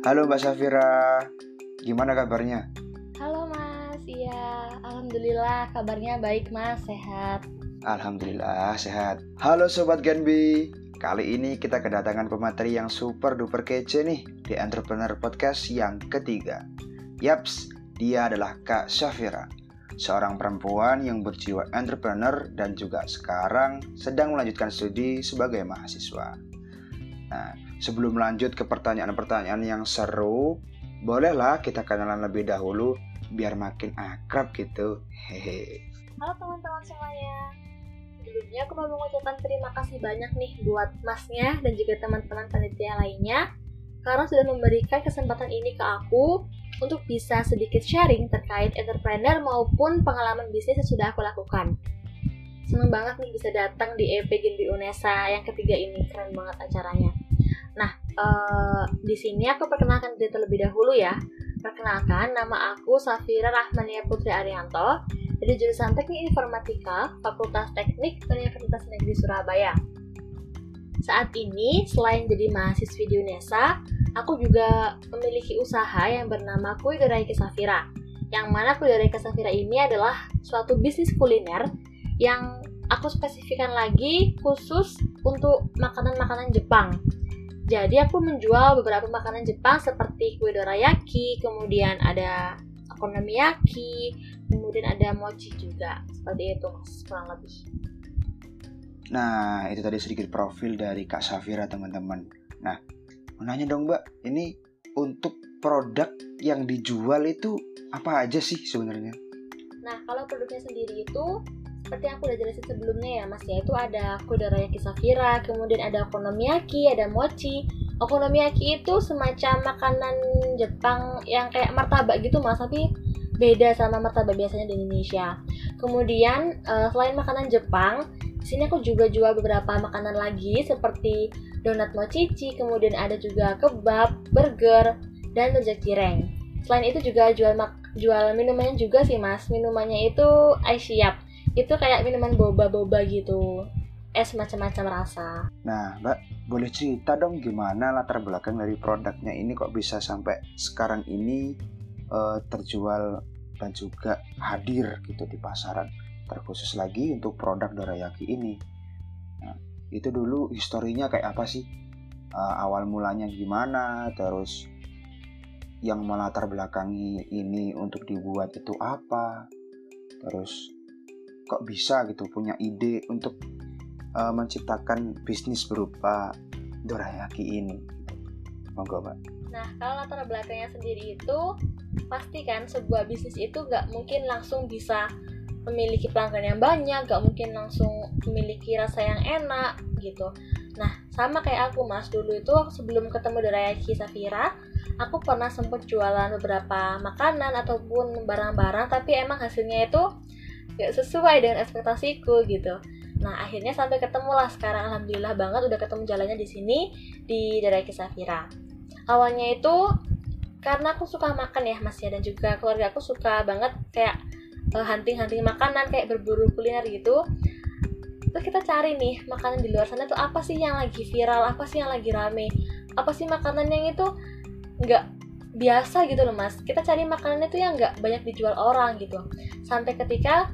Halo Mbak Safira, gimana kabarnya? Halo Mas, iya, alhamdulillah kabarnya baik Mas, sehat. Alhamdulillah sehat. Halo Sobat Genbi, kali ini kita kedatangan pemateri yang super duper kece nih di Entrepreneur Podcast yang ketiga. Yaps, dia adalah Kak Safira, seorang perempuan yang berjiwa entrepreneur dan juga sekarang sedang melanjutkan studi sebagai mahasiswa. Nah, sebelum lanjut ke pertanyaan-pertanyaan yang seru, bolehlah kita kenalan lebih dahulu biar makin akrab gitu. Hehe. Halo teman-teman semuanya. Sebelumnya aku mau mengucapkan terima kasih banyak nih buat Masnya dan juga teman-teman panitia lainnya karena sudah memberikan kesempatan ini ke aku untuk bisa sedikit sharing terkait entrepreneur maupun pengalaman bisnis yang sudah aku lakukan. Seneng banget nih bisa datang di EP Genbi Unesa yang ketiga ini, keren banget acaranya. Nah, di sini aku perkenalkan diri terlebih dahulu ya. Perkenalkan, nama aku Safira Rahmania Putri Arianto dari jurusan Teknik Informatika, Fakultas Teknik Universitas Negeri Surabaya. Saat ini, selain jadi mahasiswi di Unesa, aku juga memiliki usaha yang bernama Kue Doraiki Safira. Yang mana Kue Doraiki Safira ini adalah suatu bisnis kuliner yang aku spesifikkan lagi khusus untuk makanan-makanan Jepang. Jadi aku menjual beberapa makanan Jepang seperti kue dorayaki, kemudian ada okonomiyaki, kemudian ada mochi juga. Seperti itu Mas, kurang lebih. Nah, itu tadi sedikit profil dari Kak Safira teman-teman. Nah, mau nanya dong Mbak, ini untuk produk yang dijual itu apa aja sih sebenarnya? Nah, kalau produknya sendiri itu seperti yang aku udah jelasin sebelumnya ya Mas ya, itu ada kue dorayaki Safira, kemudian ada okonomiyaki, ada mochi. Okonomiyaki itu semacam makanan Jepang yang kayak martabak gitu Mas, tapi beda sama martabak biasanya di Indonesia. Kemudian selain makanan Jepang, di sini aku juga jual beberapa makanan lagi seperti donat mochichi, kemudian ada juga kebab, burger, dan rujak cireng. Selain itu juga jual minumannya juga sih Mas. Minumannya itu Aisyap. Itu kayak minuman boba-boba gitu, es macam-macam rasa. Nah Mbak, boleh cerita dong gimana latar belakang dari produknya ini kok bisa sampai sekarang ini terjual dan juga hadir gitu di pasaran, terkhusus lagi untuk produk dorayaki ini. Nah, itu dulu historinya kayak apa sih? Awal mulanya gimana, terus yang melatar belakangi ini untuk dibuat itu apa, terus kok bisa gitu punya ide untuk menciptakan bisnis berupa dorayaki ini. Monggo Mbak. Nah, kalau latar belakangnya sendiri itu pasti kan sebuah bisnis itu gak mungkin langsung bisa memiliki pelanggan yang banyak, gak mungkin langsung memiliki rasa yang enak gitu. Nah, sama kayak aku Mas, dulu itu sebelum ketemu dorayaki Safira, aku pernah sempat jualan beberapa makanan ataupun barang-barang, tapi emang hasilnya itu gak sesuai dengan ekspektasiku gitu. Nah, akhirnya sampai ketemu lah sekarang, alhamdulillah banget udah ketemu jalannya di sini di Dorayaki Safira. Awalnya itu karena aku suka makan ya Mas ya, dan juga keluarga aku suka banget kayak hunting-hunting makanan, kayak berburu kuliner gitu. Terus kita cari nih makanan di luar sana tuh apa sih yang lagi viral, apa sih yang lagi rame, apa sih makanan yang itu nggak biasa gitu loh Mas. Kita cari makanan itu yang nggak banyak dijual orang gitu. Sampai ketika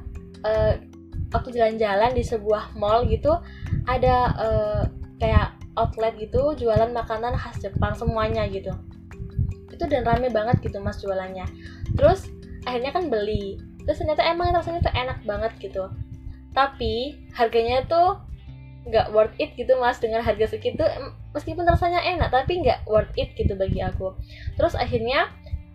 waktu jalan-jalan di sebuah mall gitu, ada kayak outlet gitu jualan makanan khas Jepang semuanya gitu. Itu dan rame banget gitu Mas jualannya. Terus akhirnya kan beli. Terus ternyata emang rasanya tuh enak banget gitu. Tapi harganya tuh nggak worth it gitu Mas, dengan harga segitu. Meskipun rasanya enak tapi nggak worth it gitu bagi aku. Terus akhirnya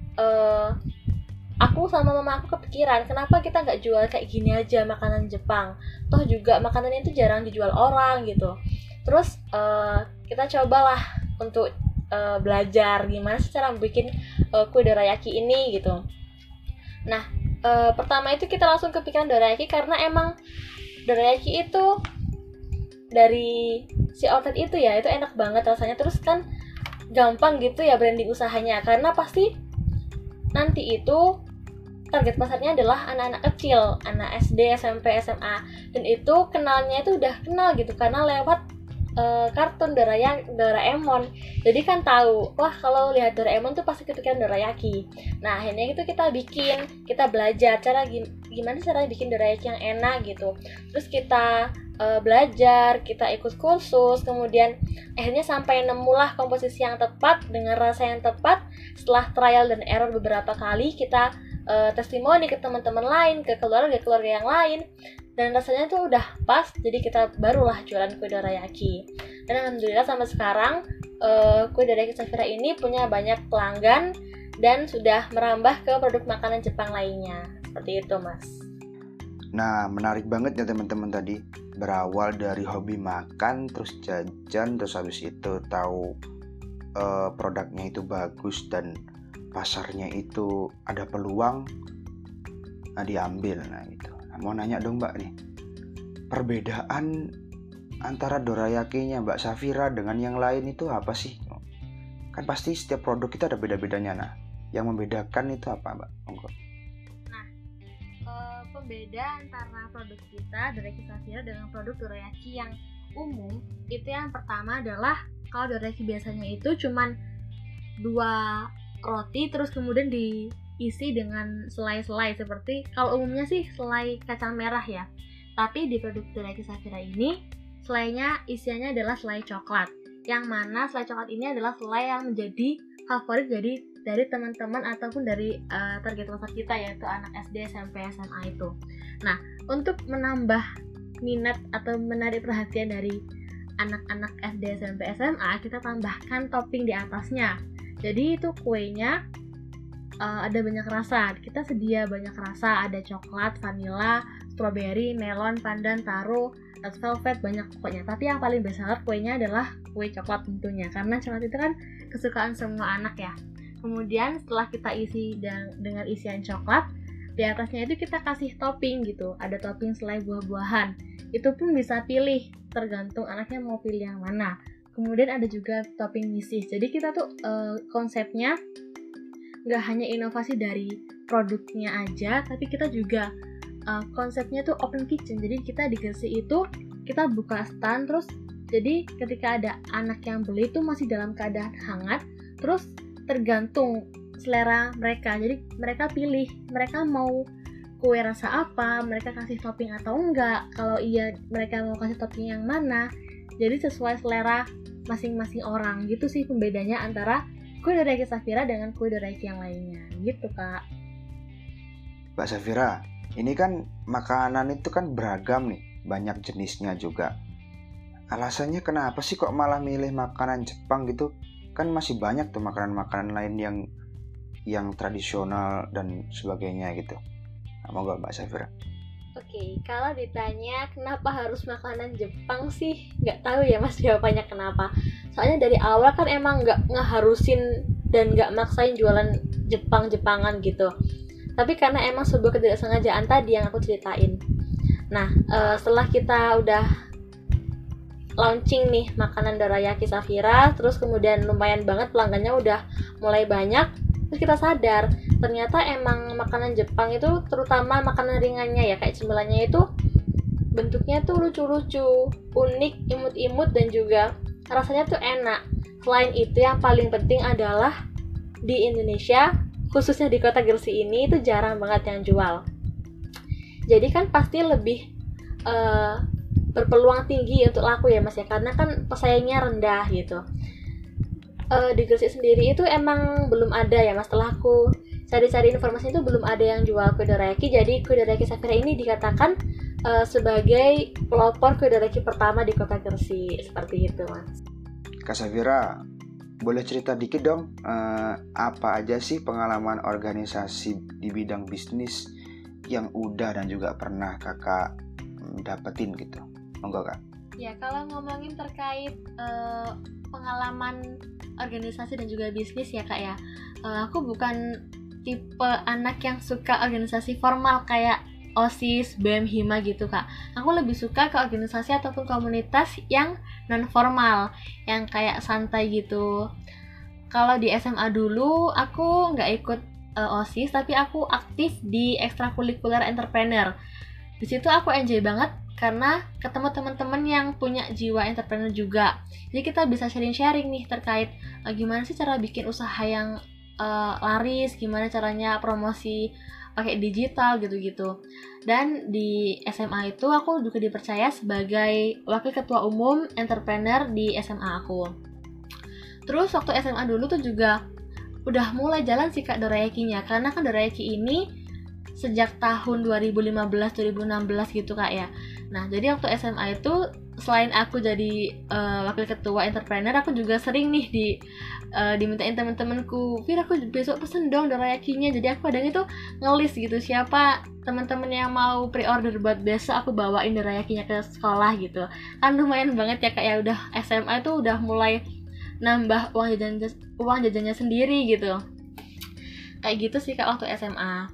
aku sama mama aku kepikiran, kenapa kita nggak jual kayak gini aja makanan Jepang, toh juga makanannya itu jarang dijual orang gitu. Terus kita cobalah untuk belajar gimana sih cara bikin kue dorayaki ini gitu. Nah, pertama itu kita langsung kepikiran dorayaki karena emang dorayaki itu dari si outlet itu ya, itu enak banget rasanya. Terus kan gampang gitu ya branding usahanya, karena pasti nanti itu target pasarnya adalah anak-anak kecil, anak SD, SMP, SMA, dan itu kenalnya itu udah kenal gitu karena lewat kartun Doraemon. Jadi kan tahu, wah kalau lihat Doraemon tuh pasti kepikiran dorayaki. Nah akhirnya itu kita belajar gimana cara bikin dorayaki yang enak gitu. Terus kita belajar, kita ikut kursus, kemudian akhirnya sampai nemulah komposisi yang tepat dengan rasa yang tepat. Setelah trial dan error beberapa kali, kita testimoni ke teman-teman lain, ke keluarga yang lain, dan rasanya tuh udah pas, jadi kita barulah jualan kue dorayaki. Dan alhamdulillah sampai sekarang kue dorayaki Safira ini punya banyak pelanggan dan sudah merambah ke produk makanan Jepang lainnya. Seperti itu, Mas. Nah, menarik banget ya teman-teman tadi. Berawal dari hobi makan, terus jajan, terus habis itu tahu produknya itu bagus dan pasarnya itu ada peluang, nah diambil. Nah itu. Mau nanya dong Mbak nih, perbedaan antara dorayakinya Mbak Safira dengan yang lain itu apa sih? Kan pasti setiap produk itu ada beda-bedanya. Nah, yang membedakan itu apa Mbak? Nah, pembeda antara produk kita dorayaki Safira dengan produk dorayaki yang umum itu yang pertama adalah kalau dorayaki biasanya itu cuman 2 roti terus kemudian diisi dengan selai-selai seperti kalau umumnya sih selai kacang merah ya. Tapi di produk dorayaki Safira ini selainya isiannya adalah selai coklat. Yang mana selai coklat ini adalah selai yang menjadi favorit dari teman-teman ataupun dari target pasar kita yaitu anak SD, SMP, SMA itu. Nah, untuk menambah minat atau menarik perhatian dari anak-anak SD, SMP, SMA, kita tambahkan topping di atasnya. Jadi itu kuenya ada banyak rasa. Kita sedia banyak rasa, ada coklat, vanilla, strawberry, melon, pandan, taro, red velvet, banyak pokoknya. Tapi yang paling bestseller kuenya adalah kue coklat tentunya, karena coklat itu kan kesukaan semua anak ya. Kemudian setelah kita isi dengan isian coklat, di atasnya itu kita kasih topping gitu. Ada topping selai buah-buahan. Itu pun bisa pilih, tergantung anaknya mau pilih yang mana. Kemudian ada juga topping misis. Jadi kita tuh konsepnya nggak hanya inovasi dari produknya aja, tapi kita juga konsepnya tuh open kitchen. Jadi kita di Gresik itu kita buka stand, terus jadi ketika ada anak yang beli itu masih dalam keadaan hangat, terus tergantung selera mereka. Jadi mereka pilih, mereka mau kue rasa apa, mereka kasih topping atau enggak. Kalau iya mereka mau kasih topping yang mana. Jadi sesuai selera masing-masing orang. Gitu sih pembedanya antara kue dorayaki Safira dengan kue dorayaki yang lainnya. Gitu Kak. Mbak Safira, ini kan makanan itu kan beragam nih, banyak jenisnya juga. Alasannya kenapa sih kok malah milih makanan Jepang gitu? Kan masih banyak tuh makanan-makanan lain yang tradisional dan sebagainya gitu. Mau gak Mbak Safira? Oke, kalau ditanya kenapa harus makanan Jepang sih, nggak tahu ya Mas jawabannya kenapa. Soalnya dari awal kan emang nggak ngeharusin dan nggak maksain jualan Jepang-Jepangan gitu. Tapi karena emang sebuah ketidaksengajaan tadi yang aku ceritain. Nah, setelah kita udah launching nih makanan dorayaki Safira, terus kemudian lumayan banget pelanggannya udah mulai banyak, terus kita sadar ternyata emang makanan Jepang itu terutama makanan ringannya ya kayak cemilannya itu bentuknya tuh lucu-lucu, unik, imut-imut dan juga rasanya tuh enak. Selain itu yang paling penting adalah di Indonesia khususnya di kota Gresik ini itu jarang banget yang jual. Jadi kan pasti lebih berpeluang tinggi untuk laku ya Mas ya, karena kan pesaingnya rendah gitu. Di Gresik sendiri itu emang belum ada ya Mas, setelah aku cari-cari informasi itu belum ada yang jual kue dorayaki. Jadi kue dorayaki Safira ini dikatakan sebagai pelopor kue dorayaki pertama di kota Gresik. Seperti itu Mas. Kak Safira, boleh cerita dikit dong apa aja sih pengalaman organisasi di bidang bisnis yang udah dan juga pernah kakak dapetin gitu? Monggo Kak. Ya, kalau ngomongin terkait pengalaman organisasi dan juga bisnis ya Kak ya, aku bukan tipe anak yang suka organisasi formal kayak OSIS, BEM, HIMA gitu Kak. Aku lebih suka ke organisasi ataupun komunitas yang non formal, yang kayak santai gitu. Kalau di SMA dulu aku nggak ikut OSIS, tapi aku aktif di ekstrakurikuler entrepreneur. Di situ aku enjoy banget karena ketemu teman-teman yang punya jiwa entrepreneur juga. Jadi kita bisa sharing-sharing nih terkait gimana sih cara bikin usaha yang laris, gimana caranya promosi pakai digital gitu-gitu. Dan di SMA itu aku juga dipercaya sebagai wakil ketua umum entrepreneur di SMA aku. Terus waktu SMA dulu tuh juga udah mulai jalan sih Kak Dorayaki-nya, karena kan Dorayaki ini sejak tahun 2015-2016 gitu Kak ya. Nah jadi waktu SMA itu selain aku jadi wakil ketua entrepreneur, aku juga sering nih dimintain teman-temanku, Fir aku besok pesen dong Dorayaki-nya. Jadi aku kadang itu ngelis gitu siapa teman-teman yang mau pre-order buat besok aku bawain Dorayaki-nya ke sekolah gitu. Kan lumayan banget ya Kak ya, udah SMA itu udah mulai nambah uang jajannya sendiri gitu. Kayak gitu sih Kak waktu SMA.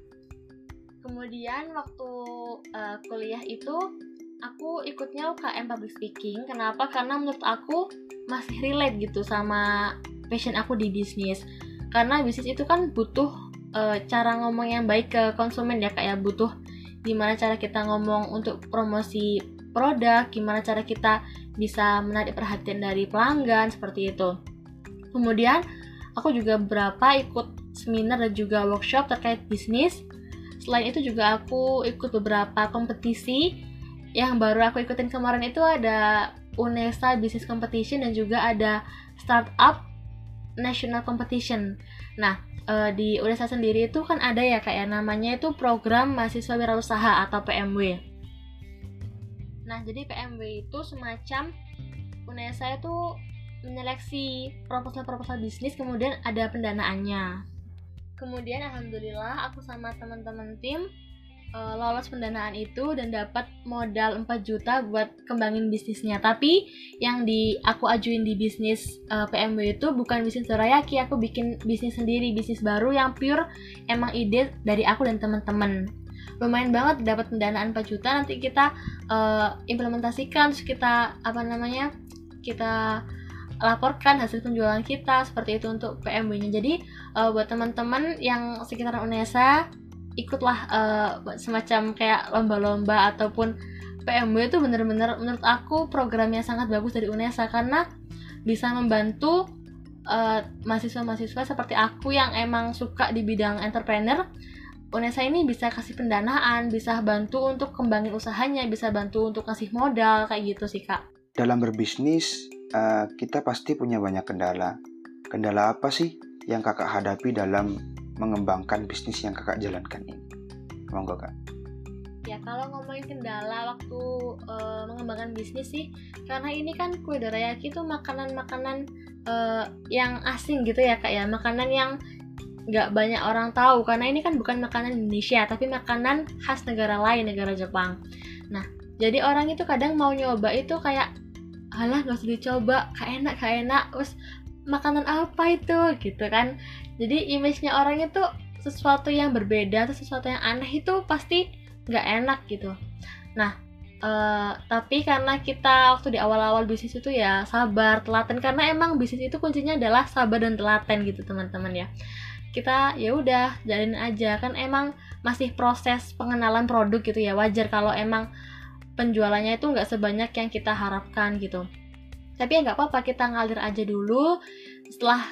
Kemudian waktu kuliah itu aku ikutnya UKM Public Speaking. Kenapa? Karena menurut aku masih relate gitu sama passion aku di bisnis. Karena bisnis itu kan butuh cara ngomong yang baik ke konsumen ya Kak ya. Butuh gimana cara kita ngomong untuk promosi produk, gimana cara kita bisa menarik perhatian dari pelanggan, seperti itu. Kemudian aku juga beberapa ikut seminar dan juga workshop terkait bisnis. Selain itu juga aku ikut beberapa kompetisi. Yang baru aku ikutin kemarin itu ada UNESA Business Competition dan juga ada Startup National Competition. Nah, di UNESA sendiri itu kan ada ya kayak namanya itu Program Mahasiswa Wirausaha atau PMW. Nah, jadi PMW itu semacam UNESA itu menyeleksi proposal-proposal bisnis, kemudian ada pendanaannya. Kemudian alhamdulillah aku sama teman-teman tim lolos pendanaan itu dan dapat modal 4 juta buat kembangin bisnisnya. Tapi yang aku ajuin di bisnis PMW itu bukan bisnis Dorayaki, aku bikin bisnis sendiri, bisnis baru yang pure emang ide dari aku dan teman-teman. Lumayan banget dapat pendanaan 4 juta, nanti kita implementasikan, terus kita kita laporkan hasil penjualan kita seperti itu untuk PMW-nya. Jadi buat teman-teman yang sekitaran UNESA ikutlah semacam kayak lomba-lomba ataupun PMW itu benar-benar menurut aku programnya sangat bagus dari UNESA karena bisa membantu mahasiswa-mahasiswa seperti aku yang emang suka di bidang entrepreneur. UNESA ini bisa kasih pendanaan, bisa bantu untuk kembangin usahanya, bisa bantu untuk kasih modal, kayak gitu sih Kak. Dalam berbisnis, kita pasti punya banyak kendala. Kendala apa sih yang Kakak hadapi dalam mengembangkan bisnis yang Kakak jalankan ini? Monggo Kak. Ya kalau ngomongin kendala waktu mengembangkan bisnis sih, karena ini kan kue dorayaki itu makanan-makanan yang asing gitu ya Kak ya, makanan yang nggak banyak orang tahu karena ini kan bukan makanan Indonesia tapi makanan khas negara lain, negara Jepang. Nah jadi orang itu kadang mau nyoba itu kayak alah nggak usah dicoba, gak enak terus makanan apa itu gitu kan. Jadi image-nya orang itu sesuatu yang berbeda atau sesuatu yang aneh itu pasti nggak enak gitu. Nah tapi karena kita waktu di awal-awal bisnis itu ya sabar, telaten, karena emang bisnis itu kuncinya adalah sabar dan telaten gitu teman-teman ya. Kita ya udah jalin aja, kan emang masih proses pengenalan produk gitu ya, wajar kalau emang penjualannya itu nggak sebanyak yang kita harapkan gitu. Tapi ya nggak apa-apa, kita ngalir aja dulu. Setelah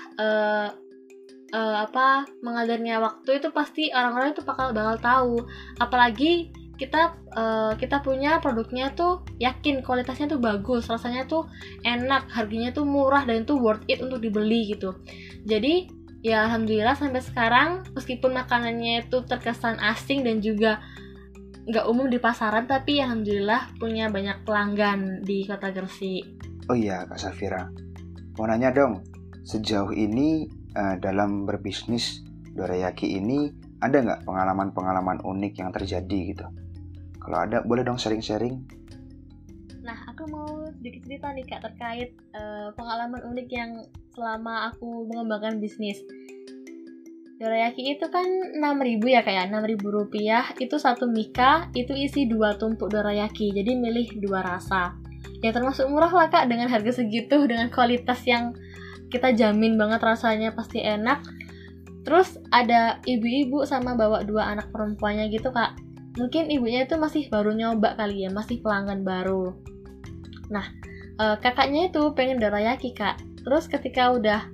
mengalirnya waktu itu pasti orang-orang itu bakal tahu. Apalagi kita punya produknya tuh yakin kualitasnya tuh bagus, rasanya tuh enak, harganya tuh murah dan itu worth it untuk dibeli gitu. Jadi ya alhamdulillah sampai sekarang meskipun makanannya itu terkesan asing dan juga nggak umum di pasaran, tapi alhamdulillah punya banyak pelanggan di Kota Gresik. Oh iya Kak Safira, mau nanya dong, sejauh ini dalam berbisnis dorayaki ini ada nggak pengalaman-pengalaman unik yang terjadi gitu? Kalau ada boleh dong sharing-sharing. Nah aku mau sedikit cerita nih Kak terkait pengalaman unik yang selama aku mengembangkan bisnis. Dorayaki itu kan 6.000 ya kayak 6.000 rupiah, itu satu mika itu isi 2 tumpuk dorayaki, jadi milih 2 rasa. Ya termasuk murah lah Kak, dengan harga segitu, dengan kualitas yang kita jamin banget rasanya pasti enak. Terus ada ibu-ibu sama bawa 2 anak perempuannya gitu Kak. mungkin ibunya itu masih baru nyoba kali ya, masih pelanggan baru. Nah, kakaknya itu pengen dorayaki Kak. Terus ketika udah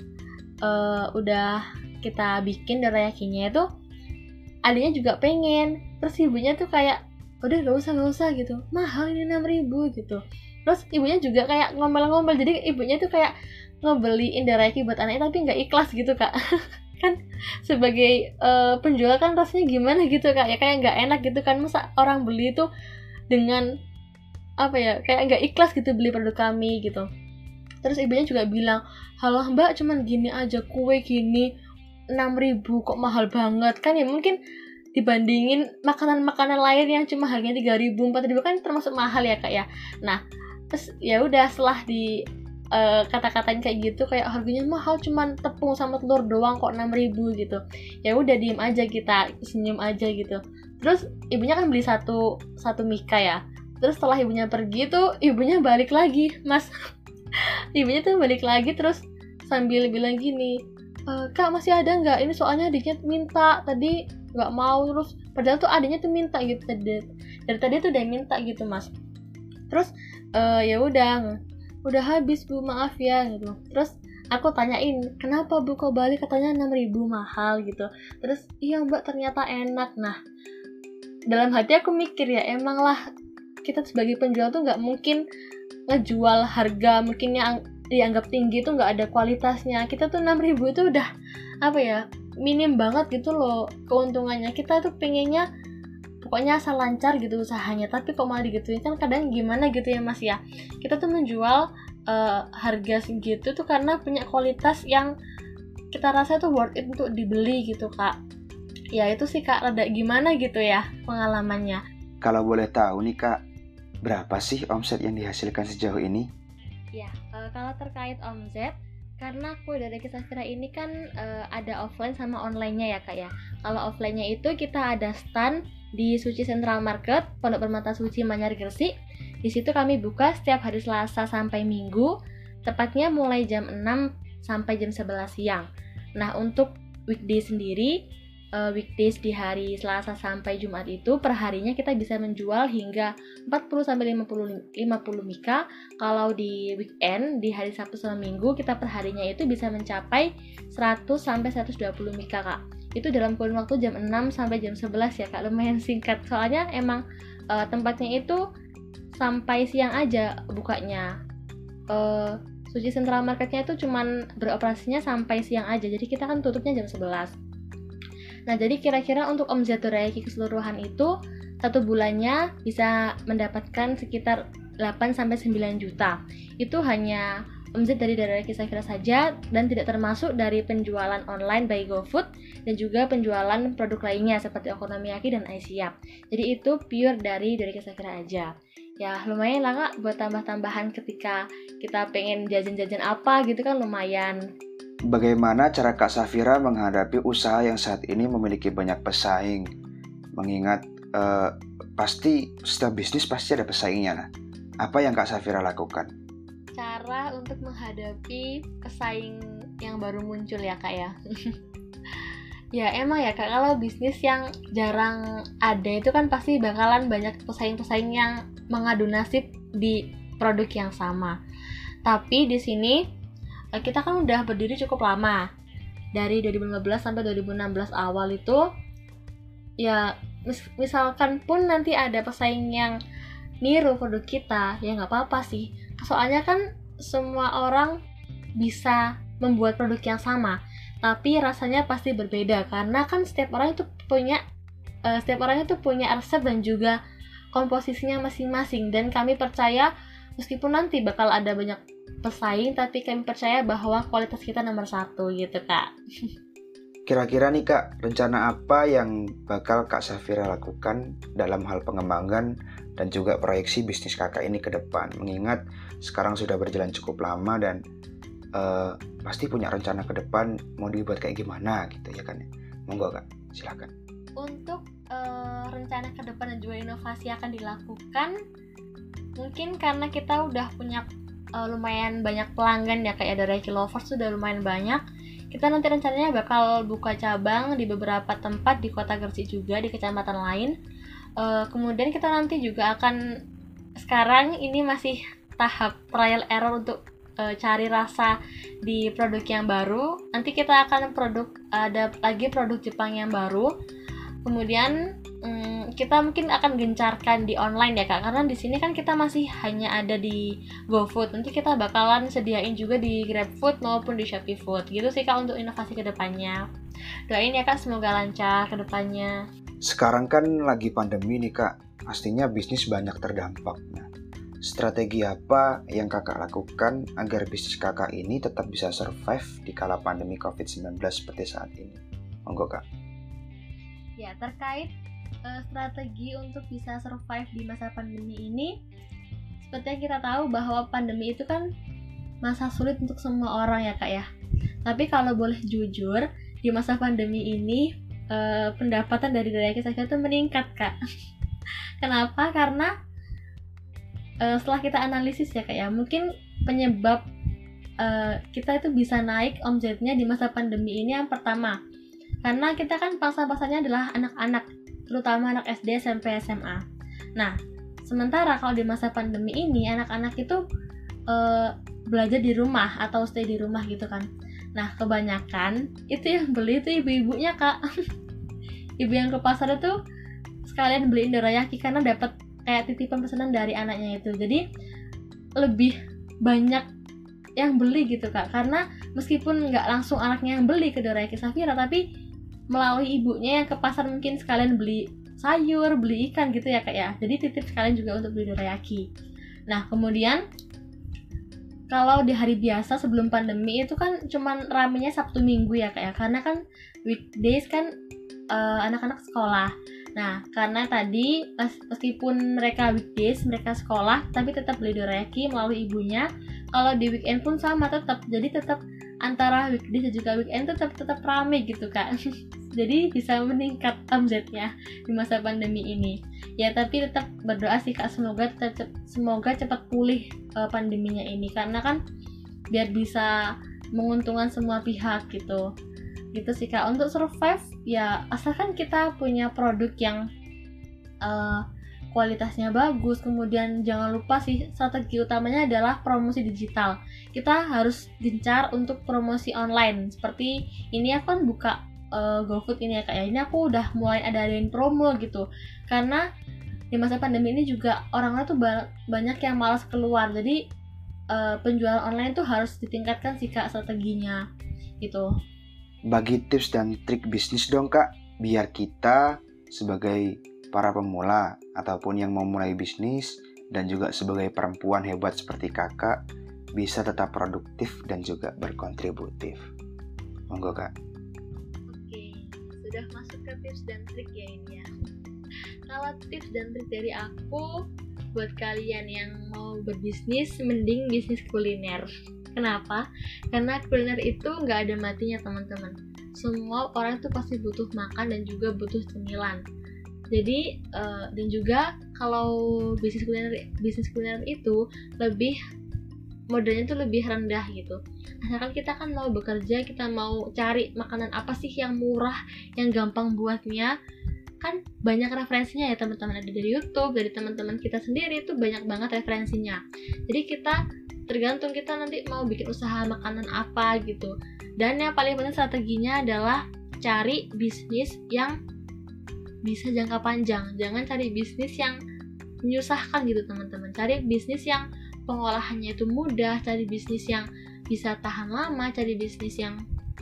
kita bikin dorayakinya itu, adiknya juga pengen. Terus ibunya tuh kayak, udah gak usah gitu, mahal ini 6.000 gitu. Terus ibunya juga kayak ngomel-ngomel, jadi ibunya tuh kayak ngebeliin dorayaki buat anaknya tapi nggak ikhlas gitu Kak. Kan sebagai penjual kan rasanya gimana gitu Kak ya, kayak nggak enak gitu kan, masa orang beli itu dengan apa ya, kayak nggak ikhlas gitu beli produk kami gitu. Terus ibunya juga bilang, halah mbak cuman gini aja, kue gini 6.000 kok mahal banget kan ya, mungkin dibandingin makanan-makanan lain yang cuma harganya 3.000, 4.000 kan termasuk mahal ya Kak ya. Nah terus ya udah setelah di kata-katain kayak gitu, kayak harganya mahal cuman tepung sama telur doang kok 6.000 gitu. Ya udah diem aja, kita senyum aja gitu. Terus ibunya kan beli satu mika ya. Terus setelah ibunya pergi tuh ibunya balik lagi Mas. Ibunya tuh balik lagi terus sambil bilang gini, Kak masih ada nggak, ini soalnya adiknya minta tadi nggak mau. Terus padahal tuh adiknya tuh minta gitu, dari tadi tuh udah minta gitu Mas. Terus ya udah habis Bu, maaf ya gitu. Terus aku tanyain, kenapa Bu kok balik, katanya 6.000 mahal gitu. Terus iya mbak ternyata enak. Nah dalam hati aku mikir ya, emang lah kita sebagai penjual tuh nggak mungkin ngejual harga mungkin yang dianggap tinggi tuh nggak ada kualitasnya. Kita tuh 6.000 itu udah apa ya, minim banget gitu loh keuntungannya. Kita tuh pengennya pokoknya asal lancar gitu usahanya, tapi kok malah digituin kan kadang gimana gitu ya Mas ya. Kita tuh menjual harga segitu tuh karena punya kualitas yang kita rasa tuh worth it untuk dibeli gitu Kak. Ya itu sih Kak, rada gimana gitu ya pengalamannya. Kalau boleh tahu nih Kak, berapa sih omset yang dihasilkan sejauh ini? Ya, kalau terkait omset, karena kue dorayaki Safira ini kan ada offline sama online-nya ya Kak ya. Kalau offline-nya itu kita ada stand di Suci Central Market, Pondok Permata Suci Manyar Gresik. Di situ kami buka setiap hari Selasa sampai Minggu, tepatnya mulai jam 6 sampai jam 11 siang. Nah, untuk weekday sendiri, weekdays di hari Selasa sampai Jumat itu perharinya kita bisa menjual hingga 40 sampai 50 mika. Kalau di weekend di hari Sabtu sama Minggu kita perharinya itu bisa mencapai 100 sampai 120 mika Kak. Itu dalam kurun waktu jam 6 sampai jam 11 ya Kak, lumayan singkat. Soalnya emang tempatnya itu sampai siang aja bukanya. Suci Central Marketnya itu cuman beroperasinya sampai siang aja, jadi kita kan tutupnya jam 11. Nah, jadi kira-kira untuk omset dorayaki keseluruhan itu satu bulannya bisa mendapatkan sekitar 8-9 juta. Itu hanya omset dari dorayaki Safira saja dan tidak termasuk dari penjualan online by GoFood dan juga penjualan produk lainnya seperti okonomiyaki dan Aisyap. Jadi itu pure dari dorayaki Safira aja. Ya lumayan lah Kak buat tambah-tambahan ketika kita pengen jajan-jajan apa gitu kan, lumayan. Bagaimana cara Kak Safira menghadapi usaha yang saat ini memiliki banyak pesaing? Mengingat pasti setiap bisnis pasti ada pesaingnya. Nah, apa yang Kak Safira lakukan? Cara untuk menghadapi pesaing yang baru muncul ya Kak ya. Ya emang ya Kak, kalau bisnis yang jarang ada itu kan pasti bakalan banyak pesaing-pesaing yang mengadu nasib di produk yang sama. Tapi di sini kita kan udah berdiri cukup lama, dari 2015 sampai 2016 awal itu ya misalkan pun nanti ada pesaing yang niru produk kita ya nggak apa-apa sih, soalnya kan semua orang bisa membuat produk yang sama tapi rasanya pasti berbeda karena kan setiap orang itu punya resep dan juga komposisinya masing-masing. Dan kami percaya meskipun nanti bakal ada banyak pesaing, tapi kami percaya bahwa kualitas kita nomor 1 gitu Kak. Kira-kira nih Kak, rencana apa yang bakal Kak Safira lakukan dalam hal pengembangan dan juga proyeksi bisnis Kakak ini ke depan? Mengingat sekarang sudah berjalan cukup lama dan pasti punya rencana ke depan mau dibuat kayak gimana gitu ya kan? Monggo Kak, silakan. Untuk rencana ke depan dan juga inovasi akan dilakukan, mungkin karena kita udah punya lumayan banyak pelanggan ya kayak Dorayaki Lovers sudah lumayan banyak. Kita nanti rencananya bakal buka cabang di beberapa tempat di Kota Gresik juga, di kecamatan lain. Kemudian kita nanti juga akan, sekarang ini masih tahap trial error untuk cari rasa di produk yang baru. Nanti kita akan ada lagi produk Jepang yang baru. Kemudian kita mungkin akan gencarkan di online ya Kak, karena di sini kan kita masih hanya ada di GoFood. Nanti kita bakalan sediain juga di GrabFood maupun di Shopee Food. Gitu sih Kak untuk inovasi kedepannya. Doain ya Kak, semoga lancar kedepannya. Sekarang kan lagi pandemi nih Kak, pastinya bisnis banyak terdampak. Nah, strategi apa yang Kakak lakukan agar bisnis Kakak ini tetap bisa survive di kala pandemi COVID-19 seperti saat ini? Monggo Kak. Ya, terkait strategi untuk bisa survive di masa pandemi ini, seperti yang kita tahu bahwa pandemi itu kan masa sulit untuk semua orang ya Kak ya. Tapi kalau boleh jujur, di masa pandemi ini pendapatan dari Dorayaki Safira itu meningkat Kak. Kenapa? Karena setelah kita analisis ya Kak ya, mungkin penyebab kita itu bisa naik omsetnya di masa pandemi ini yang pertama, karena kita kan pasar-pasarnya adalah anak-anak, terutama anak SD, SMP, SMA. Nah, sementara kalau di masa pandemi ini anak-anak itu belajar di rumah atau stay di rumah gitu kan. Nah, kebanyakan itu yang beli itu ibu-ibunya Kak. Ibu yang ke pasar itu sekalian beliin dorayaki karena dapat kayak titipan pesanan dari anaknya itu. Jadi lebih banyak yang beli gitu Kak, karena meskipun nggak langsung anaknya yang beli ke Dorayaki Safira, tapi melalui ibunya yang ke pasar mungkin sekalian beli sayur, beli ikan gitu ya Kak ya. Jadi titip sekalian juga untuk beli dorayaki. Nah, kemudian kalau di hari biasa sebelum pandemi itu kan cuman ramenya Sabtu Minggu ya Kak ya, karena kan weekdays kan anak-anak sekolah. Nah, karena tadi meskipun mereka weekdays, mereka sekolah, tapi tetap beli dorayaki melalui ibunya. Kalau di weekend pun sama tetap. Jadi tetap antara weekdays dan juga weekend tetap rame gitu Kak. Jadi bisa meningkat omsetnya di masa pandemi ini. Ya, tapi tetap berdoa sih Kak, semoga cepat pulih pandeminya ini, karena kan biar bisa menguntungkan semua pihak gitu. Gitu sih Kak. Untuk survive ya asalkan kita punya produk yang kualitasnya bagus. Kemudian jangan lupa sih, strategi utamanya adalah promosi digital. Kita harus gencar untuk promosi online. Seperti ini aku kan buka GoFood ini ya Kak ya. Ini aku udah mulai adain promo gitu. Karena di masa pandemi ini juga orang-orang tuh banyak yang malas keluar. Jadi penjualan online tuh harus ditingkatkan sih Kak strateginya gitu. Bagi tips dan trik bisnis dong Kak, biar kita sebagai para pemula ataupun yang mau mulai bisnis dan juga sebagai perempuan hebat seperti Kakak bisa tetap produktif dan juga berkontributif. Monggo Kak. Oke, sudah masuk ke tips dan trik ya ini ya. Kalau tips dan trik dari aku buat kalian yang mau berbisnis, mending bisnis kuliner. Kenapa? Karena kuliner itu nggak ada matinya teman-teman. Semua orang tuh pasti butuh makan dan juga butuh cemilan. Jadi dan juga kalau bisnis kuliner itu lebih modalnya tuh lebih rendah gitu. Asalkan kita kan mau bekerja, kita mau cari makanan apa sih yang murah, yang gampang buatnya, kan banyak referensinya ya teman-teman, ada dari YouTube, dari teman-teman kita sendiri itu banyak banget referensinya. Jadi kita tergantung kita nanti mau bikin usaha makanan apa gitu. Dan yang paling penting strateginya adalah cari bisnis yang bisa jangka panjang. Jangan cari bisnis yang menyusahkan gitu teman-teman. Cari bisnis yang pengolahannya itu mudah, cari bisnis yang bisa tahan lama, cari bisnis yang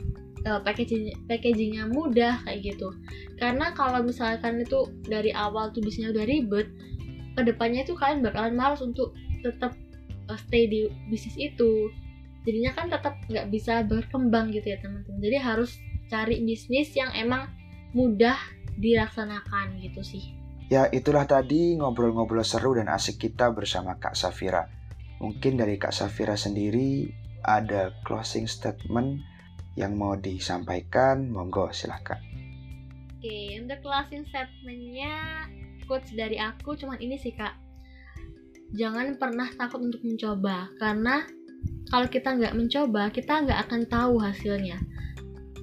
packagingnya mudah kayak gitu. Karena kalau misalkan itu dari awal tuh bisnisnya udah ribet, kedepannya itu kalian bakalan malas untuk tetap stay di bisnis itu. Jadinya kan tetap nggak bisa berkembang gitu ya teman-teman. Jadi harus cari bisnis yang emang mudah dilaksanakan gitu sih. Ya, itulah tadi ngobrol-ngobrol seru dan asik kita bersama Kak Safira. Mungkin dari Kak Safira sendiri ada closing statement yang mau disampaikan, monggo silahkan. Oke, untuk closing statementnya quotes dari aku cuman ini sih Kak. Jangan pernah takut untuk mencoba, karena kalau kita nggak mencoba, kita nggak akan tahu hasilnya.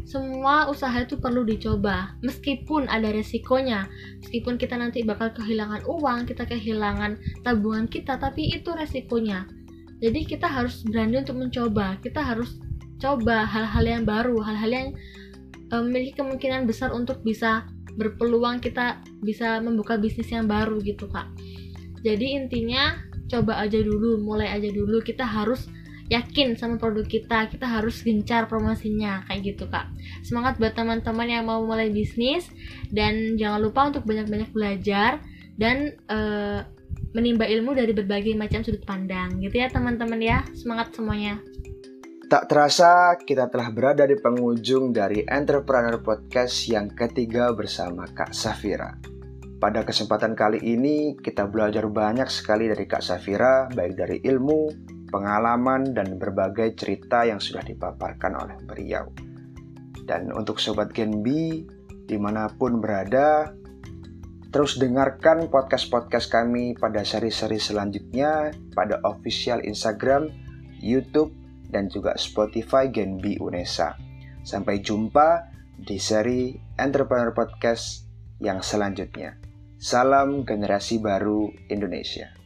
semua usaha itu perlu dicoba, meskipun ada resikonya, meskipun kita nanti bakal kehilangan uang, kita kehilangan tabungan kita, tapi itu resikonya. Jadi kita harus berani untuk mencoba, kita harus coba hal-hal yang baru, hal-hal yang memiliki kemungkinan besar untuk bisa berpeluang kita bisa membuka bisnis yang baru gitu Kak. Jadi intinya coba aja dulu, mulai aja dulu, kita harus yakin sama produk kita harus gencar promosinya kayak gitu Kak. Semangat buat teman-teman yang mau mulai bisnis, dan jangan lupa untuk banyak-banyak belajar dan menimba ilmu dari berbagai macam sudut pandang gitu ya teman-teman ya. Semangat semuanya. Tak terasa kita telah berada di penghujung dari Entrepreneur Podcast yang ketiga bersama Kak Safira. Pada kesempatan kali ini kita belajar banyak sekali dari Kak Safira, baik dari ilmu, pengalaman, dan berbagai cerita yang sudah dipaparkan oleh beliau. Dan untuk Sobat Gen B, dimanapun berada, terus dengarkan podcast-podcast kami pada seri-seri selanjutnya pada official Instagram, YouTube, dan juga Spotify Gen B Unesa. Sampai jumpa di seri Entrepreneur Podcast yang selanjutnya. Salam generasi baru Indonesia.